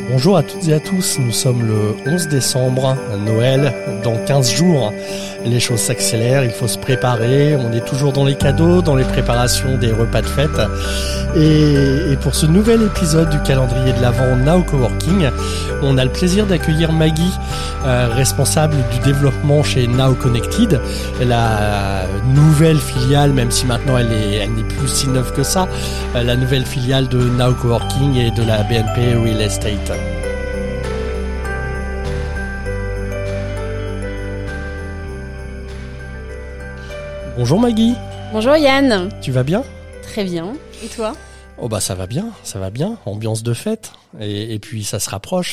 Bonjour à toutes et à tous, nous sommes le 11 décembre, Noël, dans 15 jours. Les choses s'accélèrent, il faut se préparer, on est toujours dans les cadeaux, dans les préparations des repas de fête. Et pour ce nouvel épisode du calendrier de l'Avent Now Coworking, on a le plaisir d'accueillir Maggie, responsable du développement chez Now Connected, la nouvelle filiale, même si maintenant elle n'est plus si neuve que ça, la nouvelle filiale de Now Coworking et de la BNP Real Estate. Bonjour Maggie. Bonjour Yann. Tu vas bien ? Très bien. Et toi ? Oh bah ça va bien. Ambiance de fête. Et puis ça se rapproche.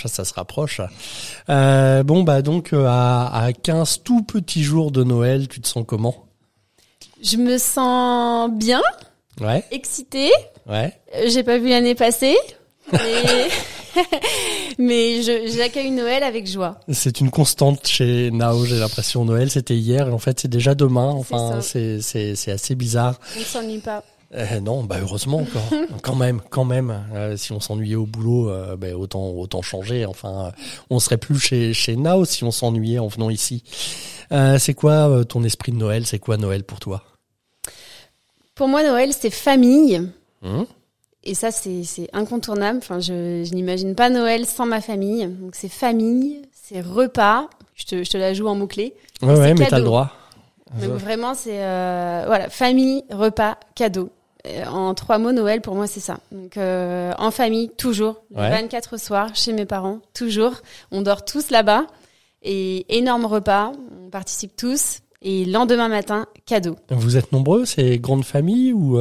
Donc à 15 tout petits jours de Noël, tu te sens comment ? Je me sens bien. Ouais. Excitée. Ouais. J'ai pas vu l'année passée. Mais j'accueille Noël avec joie. C'est une constante chez Now, j'ai l'impression. Noël, c'était hier et en fait c'est déjà demain. Enfin, c'est assez bizarre. On ne s'ennuie pas. Non, heureusement encore. quand même. Si on s'ennuyait au boulot, autant changer. Enfin, on serait plus chez Now si on s'ennuyait en venant ici. C'est quoi ton esprit de Noël ? C'est quoi Noël pour toi ? Pour moi, Noël, c'est famille. Et ça, c'est incontournable. Enfin, je n'imagine pas Noël sans ma famille. Donc, c'est famille, c'est repas. Je te la joue en mots-clés. Ouais, mais t'as le droit. Donc, vraiment, c'est famille, repas, cadeau. En 3 mots, Noël, pour moi, c'est ça. Donc, en famille, toujours. Le 24 soir, chez mes parents, toujours. On dort tous là-bas. Et énorme repas. On participe tous. Et lendemain matin, cadeau. Vous êtes nombreux ? C'est grande famille ou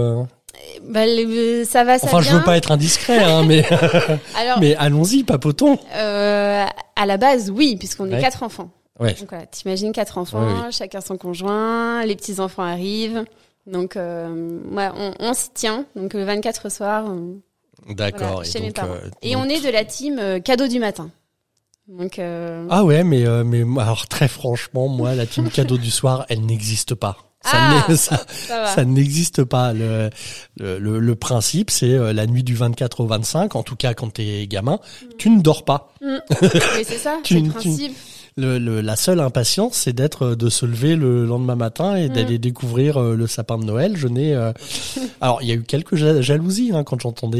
ça va, ça enfin, vient. je veux pas être indiscret, hein, mais alors, mais allons-y, papotons. À la base, oui, puisqu'on est 4 enfants. Ouais. Donc voilà, t'imagines 4 enfants, oui. Chacun son conjoint, les petits enfants arrivent. Donc on s'y tient. Donc le 24 soir, d'accord. Voilà, chez mes parents. Et donc... on est de la team cadeau du matin. Donc ah ouais, mais alors très franchement, moi, la team cadeau du soir, elle n'existe pas. Ça n'existe pas. Le principe, c'est la nuit du 24 au 25, en tout cas quand t'es gamin, tu ne dors pas. Mais c'est ça, c'est le principe. La seule impatience, c'est de se lever le lendemain matin et d'aller découvrir le sapin de Noël. Alors, il y a eu quelques jalousies quand j'entendais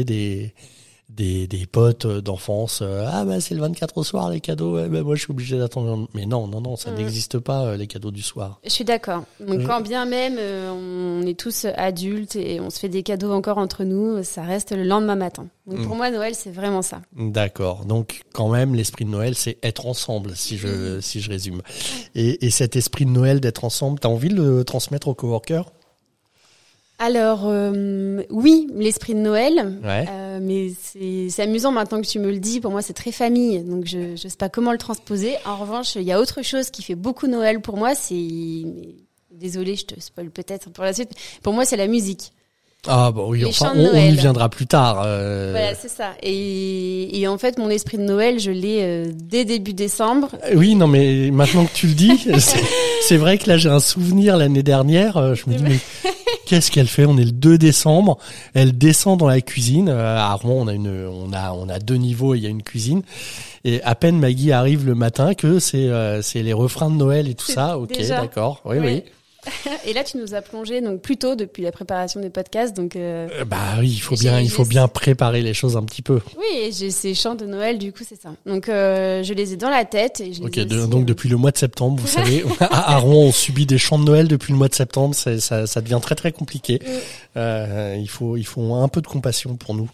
des potes d'enfance. C'est le 24 au soir les cadeaux. Moi je suis obligé d'attendre. Mais non, ça n'existe pas les cadeaux du soir. Je suis d'accord. Donc quand bien même on est tous adultes et on se fait des cadeaux encore entre nous, ça reste le lendemain matin. Donc pour moi Noël c'est vraiment ça. D'accord. Donc quand même l'esprit de Noël c'est être ensemble si je résume. Et cet esprit de Noël d'être ensemble, t'as envie de le transmettre aux coworkers ? Alors oui, l'esprit de Noël, mais c'est amusant maintenant que tu me le dis. Pour moi, c'est très famille, donc je sais pas comment le transposer. En revanche, il y a autre chose qui fait beaucoup Noël pour moi. Désolée, je te spoil peut-être pour la suite. Pour moi, c'est la musique. Ah bah oui, enfin on y viendra plus tard. Voilà, c'est ça. Et en fait, mon esprit de Noël, je l'ai dès début décembre. Oui, non, mais maintenant que tu le dis, c'est vrai que là j'ai un souvenir l'année dernière. Je me dis mais qu'est-ce qu'elle fait ? On est le 2 décembre. Elle descend dans la cuisine. À Rouen, on a 2 niveaux. Il y a une cuisine. Et à peine Maggie arrive le matin que c'est les refrains de Noël et tout ça. Ok, déjà. D'accord. Oui. Et là, tu nous as plongé donc plus tôt depuis la préparation des podcasts, donc. Oui, il faut bien préparer les choses un petit peu. Oui, et j'ai ces chants de Noël, du coup, c'est ça. Donc, je les ai dans la tête et donc depuis le mois de septembre, vous savez, à Rouen, on subit des chants de Noël depuis le mois de septembre. Ça devient très très compliqué. Il faut un peu de compassion pour nous.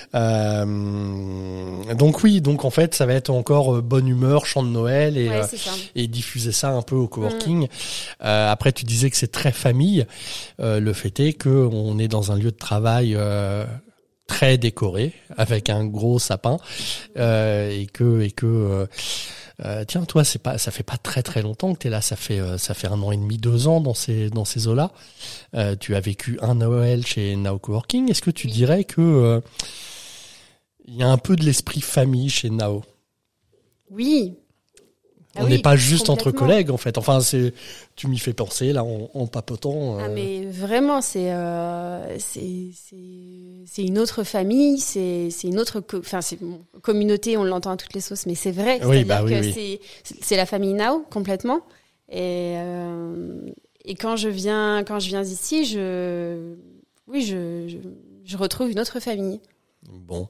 Donc en fait, ça va être encore bonne humeur, chant de Noël et diffuser ça un peu au coworking. Après, tu disais que c'est très famille. Le fait est que on est dans un lieu de travail très décoré avec un gros sapin et que tiens, toi, ça fait pas très très longtemps que t'es là. Ça fait 1 an et demi, 2 ans dans ces eaux-là. Tu as vécu un Noël chez Now Coworking. Est-ce que tu dirais que il y a un peu de l'esprit famille chez Now ? Oui. On n'est pas juste entre collègues, en fait. Enfin, tu m'y fais penser, là, en papotant. Ah, mais vraiment, c'est une autre famille, c'est une autre, communauté, on l'entend à toutes les sauces, mais c'est vrai. Oui, C'est-à-dire que c'est la famille Nao, complètement. Et quand je viens ici, je retrouve une autre famille. Bon,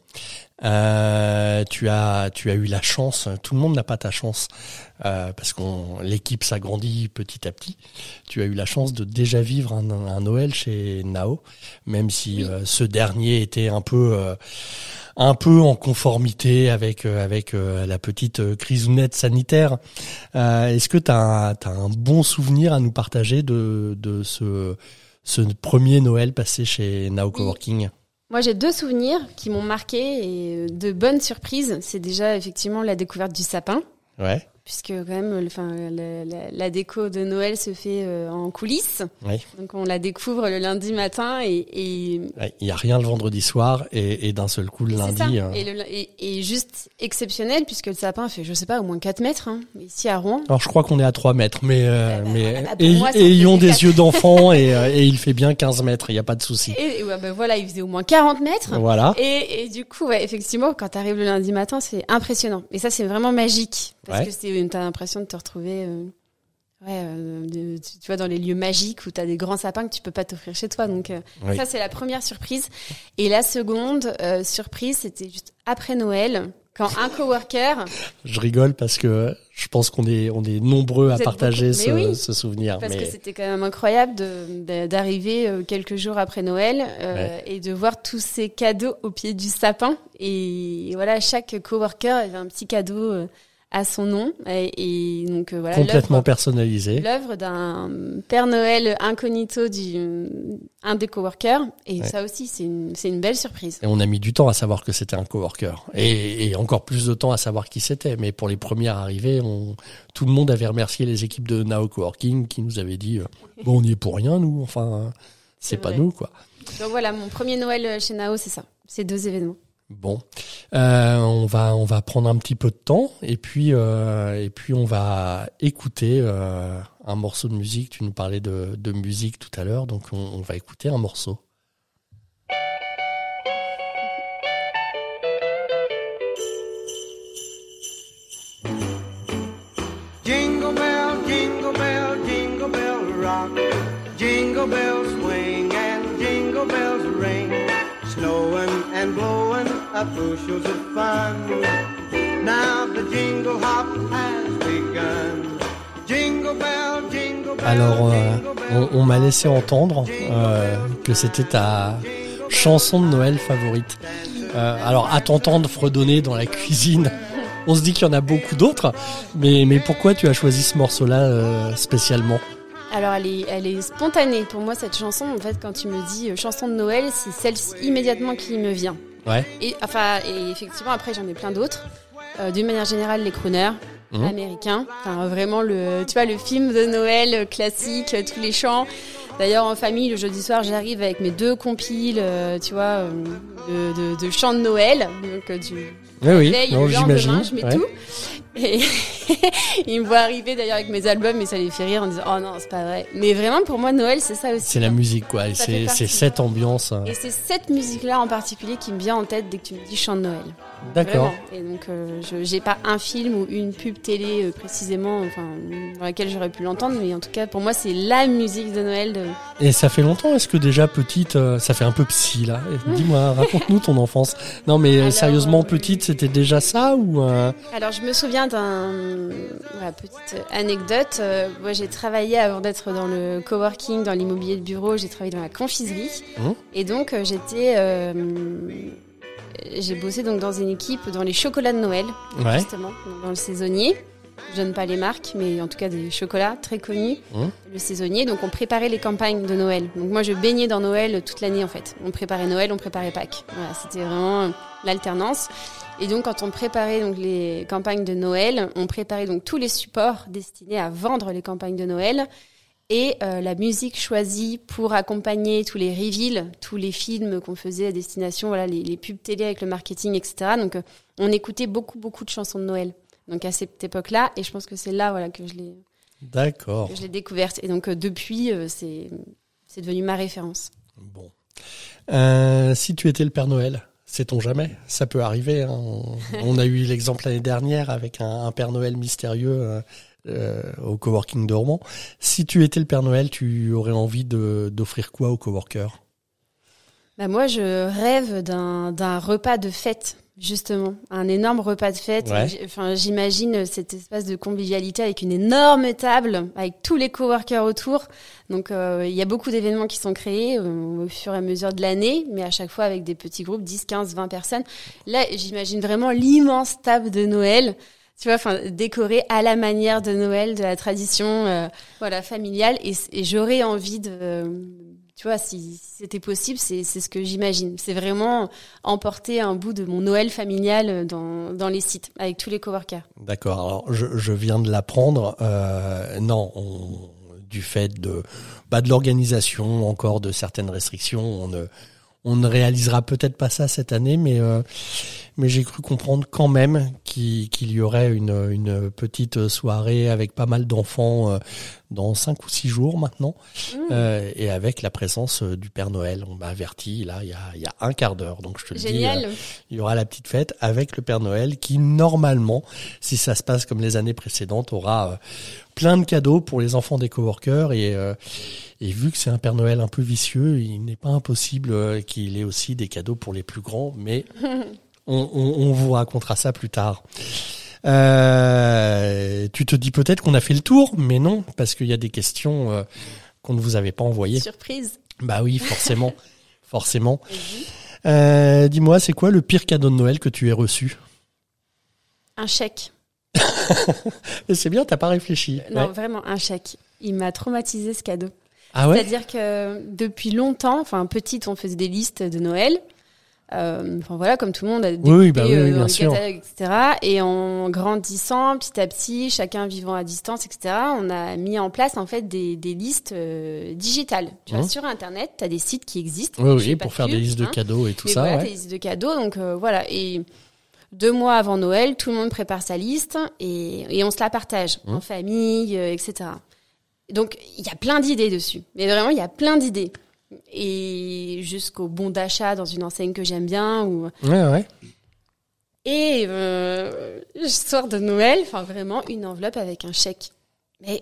tu as eu la chance. Tout le monde n'a pas ta chance parce que l'équipe s'agrandit petit à petit. Tu as eu la chance de déjà vivre un Noël chez Nao, même si ce dernier était un peu en conformité avec la petite crisounette sanitaire. Est-ce que t'as un bon souvenir à nous partager de ce premier Noël passé chez Nao Coworking? Moi, j'ai 2 souvenirs qui m'ont marqué et de bonnes surprises. C'est déjà effectivement la découverte du sapin. Ouais. Puisque quand même, la déco de Noël se fait en coulisses. Oui. Donc on la découvre le lundi matin et il y a rien le vendredi soir et d'un seul coup le lundi. Et juste exceptionnel puisque le sapin fait, je sais pas, au moins 4 mètres ici à Rouen. Alors je crois qu'on est à 3 mètres, mais ayons des yeux d'enfant et il fait bien 15 mètres. Il y a pas de souci. Et voilà, il faisait au moins 40 mètres. Voilà. Et du coup, effectivement, quand t'arrives le lundi matin, c'est impressionnant. Et ça, c'est vraiment magique parce que t'as l'impression de te retrouver tu vois, dans les lieux magiques où t'as des grands sapins que tu peux pas t'offrir chez toi. Donc ça, c'est la première surprise. Et la seconde surprise, c'était juste après Noël, quand un coworker... Je rigole parce que je pense qu'on est nombreux à partager ce souvenir. Parce que c'était quand même incroyable d'arriver quelques jours après Noël et de voir tous ces cadeaux au pied du sapin. Et voilà, chaque coworker avait un petit cadeau à son nom et donc voilà, complètement personnalisé. L'œuvre d'un Père Noël incognito un des coworkers et ça aussi c'est une belle surprise. Et on a mis du temps à savoir que c'était un coworker et encore plus de temps à savoir qui c'était, mais pour les premières arrivées, tout le monde avait remercié les équipes de Nao Coworking qui nous avaient dit on n'y est pour rien nous, enfin c'est pas nous quoi. Donc voilà, mon premier Noël chez Nao, c'est ça, ces 2 événements. Bon, on va prendre un petit peu de temps et puis on va écouter un morceau de musique. Tu nous parlais de musique tout à l'heure, donc on va écouter un morceau. Jingle bell, jingle bell, jingle bell rock, jingle bells swing and jingle bells ring, snowing and blowing up bushels of fun. Now the jingle hop has begun. Jingle bell, jingle bell. Alors, on m'a laissé entendre que c'était ta chanson de Noël favorite. Alors, à t'entendre fredonner dans la cuisine, on se dit qu'il y en a beaucoup d'autres, mais pourquoi tu as choisi ce morceau-là spécialement ? Alors elle est spontanée pour moi cette chanson. En fait, quand tu me dis chanson de Noël, c'est celle immédiatement qui me vient. Ouais. Et effectivement après j'en ai plein d'autres. D'une manière générale les crooners américains. Enfin vraiment le film de Noël classique, tous les chants. D'ailleurs en famille le jeudi soir j'arrive avec mes 2 compiles, de chants de Noël. Donc j'imagine. Je mets tout. Et ils me voient arriver d'ailleurs avec mes albums et ça les fait rire en disant oh non c'est pas vrai. Mais vraiment pour moi Noël c'est ça aussi. C'est la musique quoi. Et c'est cette ambiance. Et c'est cette musique là en particulier qui me vient en tête dès que tu me dis chant de Noël. D'accord. Vraiment. Et donc j'ai pas un film ou une pub télé précisément dans laquelle j'aurais pu l'entendre, mais en tout cas pour moi c'est la musique de Noël. Et ça fait longtemps, est-ce que déjà petite, ça fait un peu psy là. Dis-moi, raconte-nous ton enfance. Non mais alors, sérieusement petite, c'était déjà ça ou Alors je me souviens petite anecdote. Moi j'ai travaillé avant d'être dans le coworking, dans l'immobilier de bureau, j'ai travaillé dans la confiserie et donc j'ai bossé donc dans une équipe dans les chocolats de Noël, justement, dans le saisonnier. Je donne pas les marques, mais en tout cas des chocolats très connus, le saisonnier. Donc on préparait les campagnes de Noël. Donc moi je baignais dans Noël toute l'année en fait. On préparait Noël, on préparait Pâques. Voilà, c'était vraiment l'alternance. Et donc quand on préparait donc les campagnes de Noël, on préparait donc tous les supports destinés à vendre les campagnes de Noël. Et la musique choisie pour accompagner tous les reveals, tous les films qu'on faisait à destination, voilà, les pubs télé avec le marketing, etc. Donc on écoutait beaucoup de chansons de Noël. Donc à cette époque-là, et je pense que c'est là, voilà, que je l'ai découverte. Et donc depuis, c'est devenu ma référence. Bon. Si tu étais le Père Noël, sait-on jamais, ça peut arriver. Hein. On a eu l'exemple l'année dernière avec un Père Noël mystérieux au coworking de Rouen. Si tu étais le Père Noël, tu aurais envie d'offrir quoi aux coworkers ? Moi, je rêve d'un repas de fête, justement. Un énorme repas de fête. Ouais. J'imagine cet espace de convivialité avec une énorme table, avec tous les coworkers autour. Donc, il y a beaucoup d'événements qui sont créés au fur et à mesure de l'année, mais à chaque fois avec des petits groupes, 10, 15, 20 personnes. Là, j'imagine vraiment l'immense table de Noël, tu vois, décorée à la manière de Noël, de la tradition, familiale. Et j'aurais envie tu vois, si c'était possible, c'est ce que j'imagine. C'est vraiment emporter un bout de mon Noël familial dans les sites, avec tous les coworkers. D'accord. Alors, je viens de l'apprendre. Du fait de l'organisation, encore de certaines restrictions, on ne réalisera peut-être pas ça cette année, mais j'ai cru comprendre quand même qu'il y aurait une petite soirée avec pas mal d'enfants dans 5 ou 6 jours maintenant, et avec la présence du Père Noël. On m'a averti là il y a un quart d'heure, donc je te le dis, il y aura la petite fête avec le Père Noël qui normalement, si ça se passe comme les années précédentes, aura plein de cadeaux pour les enfants des coworkers et vu que c'est un Père Noël un peu vicieux, il n'est pas impossible qu'il ait aussi des cadeaux pour les plus grands, mais on vous racontera ça plus tard. Tu te dis peut-être qu'on a fait le tour, mais non, parce qu'il y a des questions qu'on ne vous avait pas envoyées. Surprise. Bah oui, forcément. Forcément. Dis-moi, c'est quoi le pire cadeau de Noël que tu aies reçu ? Un chèque. C'est bien, t'as pas réfléchi. Non, vraiment, un chèque. Il m'a traumatisé ce cadeau. Ah ouais ? C'est-à-dire que depuis longtemps, petite, on faisait des listes de Noël. Comme tout le monde a découpé bien dans le sûr. catalogue, etc. Et en grandissant, petit à petit, chacun vivant à distance, etc., on a mis en place en fait des listes digitales. Tu vois, sur Internet, tu as des sites qui existent. Oui, pour faire des listes de cadeaux et tout ça. Voilà, des listes de cadeaux. Donc voilà. Et 2 mois avant Noël, tout le monde prépare sa liste et on se la partage en famille, etc. Donc il y a plein d'idées dessus. Mais vraiment, il y a plein d'idées. Et jusqu'au bon d'achat dans une enseigne que j'aime bien. Ouais. Et je sors de Noël, vraiment une enveloppe avec un chèque. Mais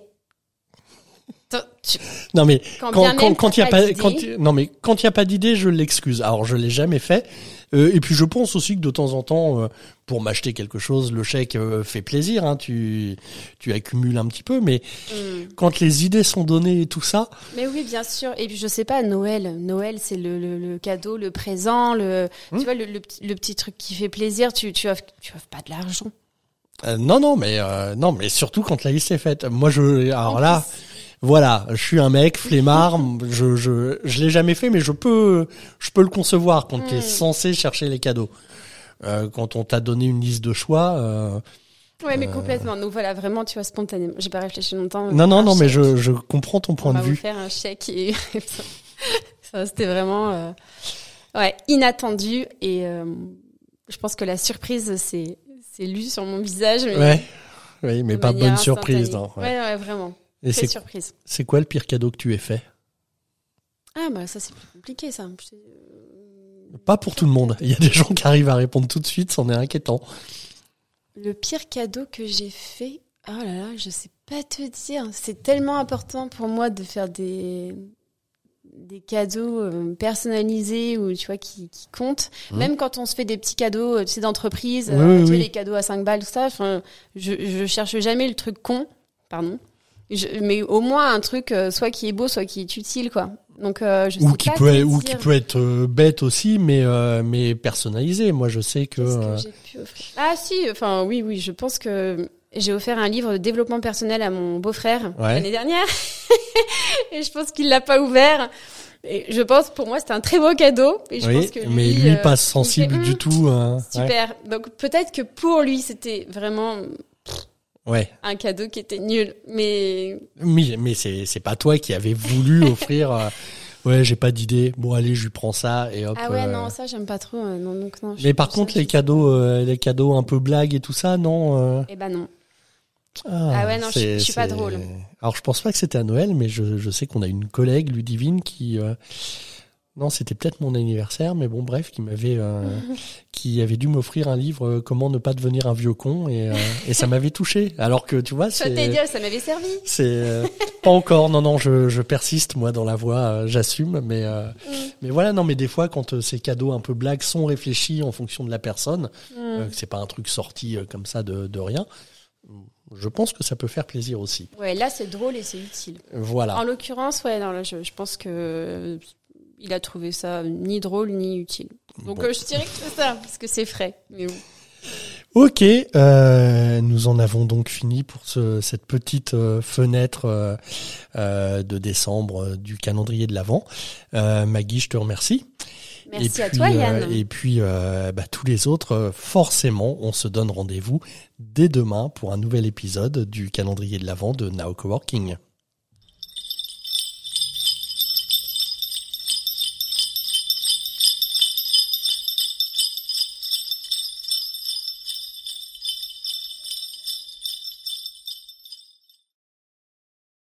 non mais quand il y a pas d'idée, je l'excuse. Alors je l'ai jamais fait. Et puis je pense aussi que de temps en temps, pour m'acheter quelque chose, le chèque fait plaisir. Hein, tu accumules un petit peu, mais quand les idées sont données et tout ça. Mais oui, bien sûr. Et puis je sais pas, Noël, c'est le cadeau, le présent, tu vois le petit truc qui fait plaisir. Tu offres pas de l'argent. Non, mais surtout quand la liste est faite. Moi, voilà, je suis un mec flemmard, je l'ai jamais fait, mais je peux le concevoir quand tu es censé chercher les cadeaux. Quand on t'a donné une liste de choix. Ouais, mais complètement. Donc voilà, vraiment, tu vois, spontanément. J'ai pas réfléchi longtemps. Non, mais je comprends ton point de vue. On va vous faire un chèque et ça, c'était vraiment inattendu et je pense que la surprise c'est lu sur mon visage. Oui, mais pas bonne surprise. Non. Ouais, vraiment. Et surprise. C'est quoi le pire cadeau que tu aies fait ? Ah ça c'est plus compliqué ça. Pas pour tout le monde. Il y a des gens qui arrivent à répondre tout de suite, c'en est inquiétant. Le pire cadeau que j'ai fait, oh là là, je sais pas te dire. C'est tellement important pour moi de faire des cadeaux personnalisés ou tu vois qui comptent. Même quand on se fait des petits cadeaux, tu sais, d'entreprise, les cadeaux à 5 balles, tout ça. Je cherche jamais le truc con. Pardon. Mais au moins un truc soit qui est beau, soit qui est utile, quoi. Donc je sais qui peut être bête aussi, mais personnalisé. Moi, je sais que. Qu'est-ce que j'ai pu offrir ? Ah si, oui, je pense que j'ai offert un livre de développement personnel à mon beau-frère l'année dernière, et je pense qu'il l'a pas ouvert. Et je pense pour moi c'était un très beau cadeau. Et je pense que lui pas sensible du tout. Super. Donc peut-être que pour lui c'était vraiment. Un cadeau qui était nul, mais c'est pas toi qui avais voulu offrir ouais, j'ai pas d'idée. Bon, allez, je lui prends ça et hop. Ah ouais, non, ça j'aime pas trop. Non, donc non. Mais par contre, les cadeaux un peu blagues et tout ça, non. Eh ben non. Ah ouais, non, je suis pas drôle. Alors, je pense pas que c'était à Noël, mais je sais qu'on a une collègue, Ludivine, qui... Non, c'était peut-être mon anniversaire, mais bon, bref, qui avait dû m'offrir un livre Comment ne pas devenir un vieux con, et ça m'avait touché. Alors que, tu vois, ça m'avait servi. C'est pas encore. Non, je persiste moi dans la voie, j'assume, mais voilà, non, mais des fois quand ces cadeaux un peu blagues sont réfléchis en fonction de la personne, c'est pas un truc sorti comme ça de rien. Je pense que ça peut faire plaisir aussi. Ouais, là c'est drôle et c'est utile. Voilà. En l'occurrence, ouais, non, là, je pense que il a trouvé ça ni drôle ni utile. Donc je dirais que c'est ça, parce que c'est frais. Mais bon. Ok, nous en avons donc fini pour cette petite fenêtre de décembre du calendrier de l'Avent. Maggie, je te remercie. Merci à toi, Yann. Et puis, tous les autres, forcément, on se donne rendez-vous dès demain pour un nouvel épisode du calendrier de l'Avent de Now Coworking.